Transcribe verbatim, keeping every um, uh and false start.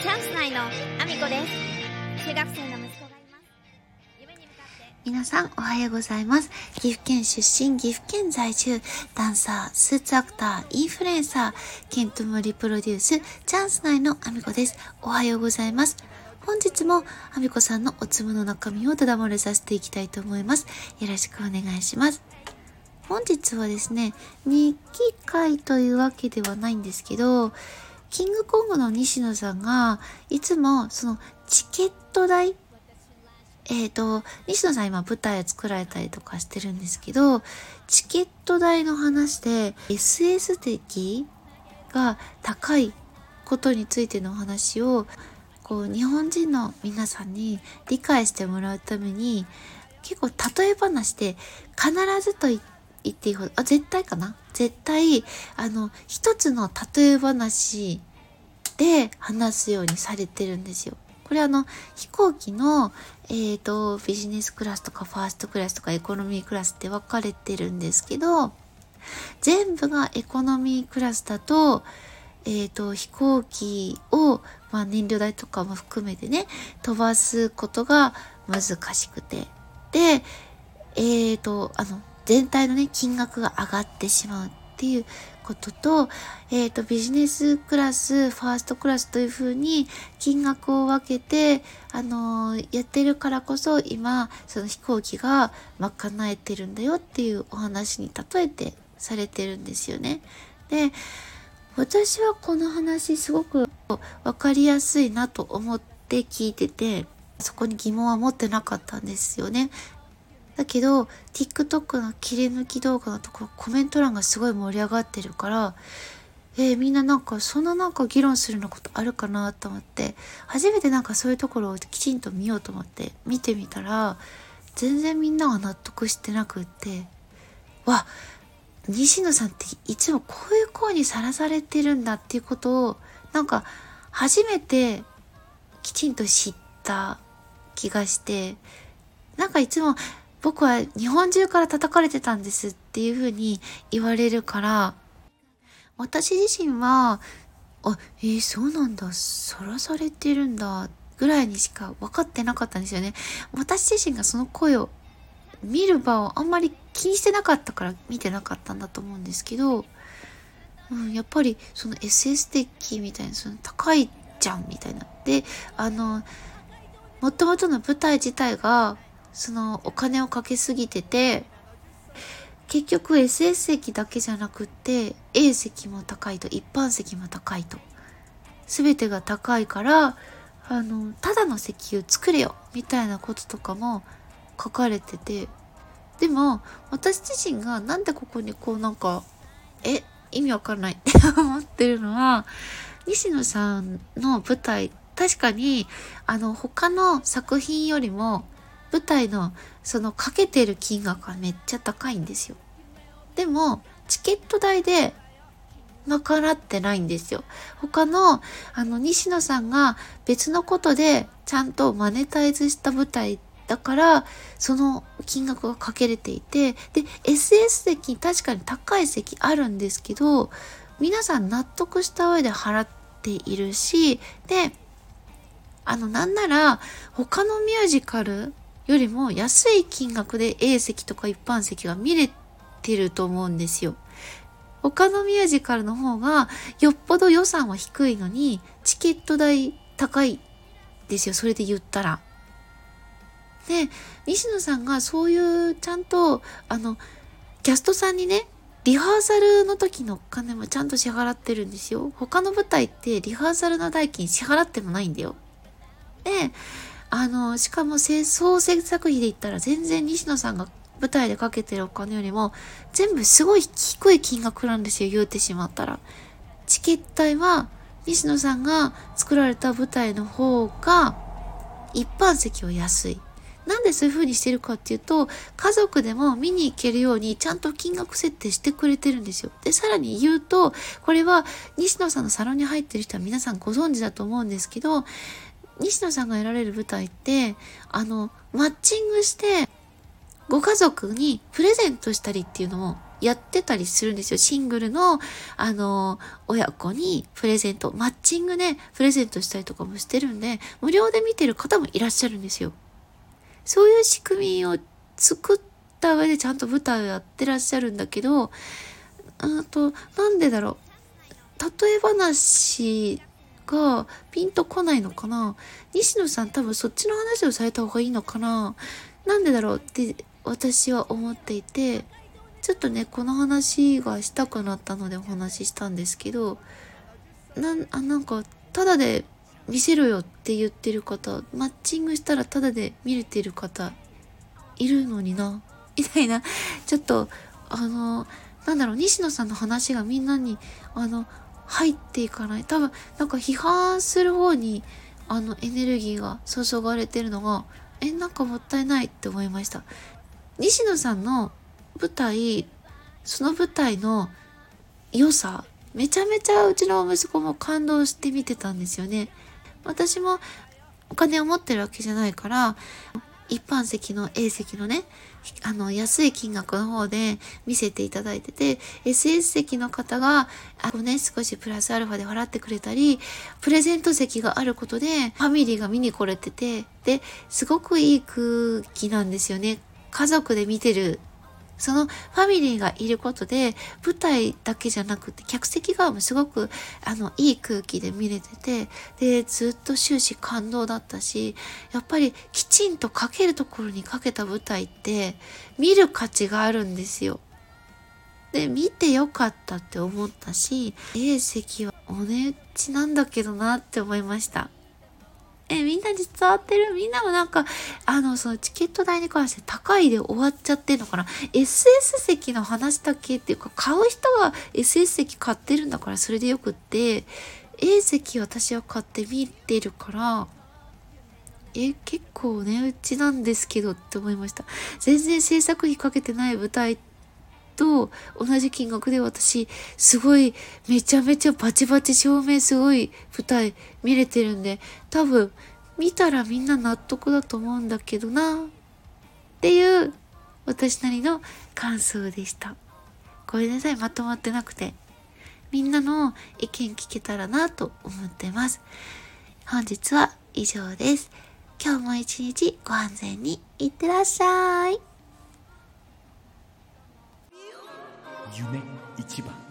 チャンス内のアミコです。中学生の息子がいます。夢に向かって皆さんおはようございます。岐阜県出身、岐阜県在住、ダンサー、スーツアクター、インフルエンサー、ケントモリプロデュース、チャンス内のアミコです。おはようございます。本日もアミコさんのおつむの中身をただ漏れさせていきたいと思います。よろしくお願いします。本日はですね、日記会というわけではないんですけど、キングコングの西野さんがいつもそのチケット代、えっと、西野さん今舞台を作られたりとかしてるんですけど、チケット代の話で エスエス 的が高いことについてのお話をこう日本人の皆さんに理解してもらうために結構例え話で必ずと言っていいほど、あ、絶対かな絶対、あの、一つの例え話で話すようにされてるんですよ。これあの、飛行機の、えっと、ビジネスクラスとかファーストクラスとかエコノミークラスって分かれてるんですけど、全部がエコノミークラスだと、えっと、飛行機を、まあ燃料代とかも含めてね、飛ばすことが難しくて。で、えっと、あの、全体のね、金額が上がってしまうっていうことと、えっと、ビジネスクラス、ファーストクラスというふうに金額を分けて、あのー、やってるからこそ今、その飛行機が賄えてるんだよっていうお話に例えてされてるんですよね。で、私はこの話すごくわかりやすいなと思って聞いてて、そこに疑問は持ってなかったんですよね。だけど TikTok の切り抜き動画のところコメント欄がすごい盛り上がってるから、えー、みんななんかそんななんか議論するようなことあるかなと思って、初めてなんかそういうところをきちんと見ようと思って見てみたら、全然みんなが納得してなくって、わ、西野さんっていつもこういう声にさらされてるんだっていうことをなんか初めてきちんと知った気がして、なんかいつも僕は日本中から叩かれてたんですっていう風に言われるから、私自身は、あ、えー、そうなんだ、さらされてるんだ、ぐらいにしか分かってなかったんですよね。私自身がその声を見る場をあんまり気にしてなかったから見てなかったんだと思うんですけど、うん、やっぱりその エスエス 的みたいな、その高いじゃんみたいな。で、あの、もともとの舞台自体が、そのお金をかけすぎてて、結局 エスエス 席だけじゃなくって A 席も高いと、一般席も高いと、全てが高いからあのただの席を作れよみたいなこととかも書かれてて、でも私自身がなんでここにこうなんかえ意味わかんないって思ってるのは、西野さんの舞台確かにあの他の作品よりも舞台のそのかけてる金額はめっちゃ高いんですよ。でもチケット代で賄ってないんですよ。他のあの西野さんが別のことでちゃんとマネタイズした舞台だからその金額がかけれていて、で エスエス 席確かに高い席あるんですけど、皆さん納得した上で払っているし、であのなんなら他のミュージカルよりも安い金額で A 席とか一般席が見れてると思うんですよ。他のミュージカルの方がよっぽど予算は低いのにチケット代高いですよ、それで言ったら。で、西野さんがそういうちゃんとあのキャストさんにね、リハーサルの時のお金もちゃんと支払ってるんですよ。他の舞台ってリハーサルの代金支払ってもないんだよ。で、あの、しかも総制作費で言ったら全然西野さんが舞台でかけてるお金よりも全部すごい低い金額なんですよ、言うてしまったら。チケット代は西野さんが作られた舞台の方が一般席は安い。なんでそういう風にしてるかっていうと、家族でも見に行けるようにちゃんと金額設定してくれてるんですよ。で、さらに言うと、これは西野さんのサロンに入ってる人は皆さんご存知だと思うんですけど、西野さんが得られる舞台ってあのマッチングしてご家族にプレゼントしたりっていうのもやってたりするんですよ。シングルの、あの、親子にプレゼント、マッチングでプレゼントしたりとかもしてるんで、無料で見てる方もいらっしゃるんですよ。そういう仕組みを作った上でちゃんと舞台をやってらっしゃるんだけど、あと、なんでだろう。例え話がピンとこないのかな。西野さん多分そっちの話をされた方がいいのかな。なんでだろうって私は思っていて、ちょっとね、この話がしたくなったのでお話ししたんですけど、なん、あ、なんか、ただで見せろよって言ってる方、マッチングしたらただで見れてる方、いるのにな、みたいな、ちょっと、あの、なんだろう、西野さんの話がみんなに、あの、入っていかない。多分、なんか批判する方に、あの、エネルギーが注がれてるのが、え、なんかもったいないって思いました。西野さんの舞台、その舞台の良さ、めちゃめちゃうちの息子も感動して見てたんですよね。私もお金を持ってるわけじゃないから、一般席の A 席のね、あの、安い金額の方で見せていただいてて、エスエス 席の方が、あのね、少しプラスアルファで払ってくれたり、プレゼント席があることで、ファミリーが見に来れてて、で、すごくいい空気なんですよね。家族で見てる。そのファミリーがいることで、舞台だけじゃなくて、客席側もすごく、あの、いい空気で見れてて、で、ずっと終始感動だったし、やっぱりきちんとかけるところにかけた舞台って、見る価値があるんですよ。で、見てよかったって思ったし、A 席はお値打ちなんだけどなって思いました。え、みんなに伝わってる？みんなもなんか、あの、そのチケット代に関して高いで終わっちゃってんのかな？ エスエス 席の話だけっていうか、買う人が エスエス 席買ってるんだからそれでよくって、A 席私は買って見てるから、え、結構値打ちなんですけどって思いました。全然制作費かけてない舞台と同じ金額で私すごいめちゃめちゃバチバチ照明すごい舞台見れてるんで、多分見たらみんな納得だと思うんだけどなっていう私なりの感想でした。ごめんなさい、まとまってなくて。みんなの意見聞けたらなと思ってます。本日は以上です。今日も一日ご安全にいってらっしゃい。 夢一番。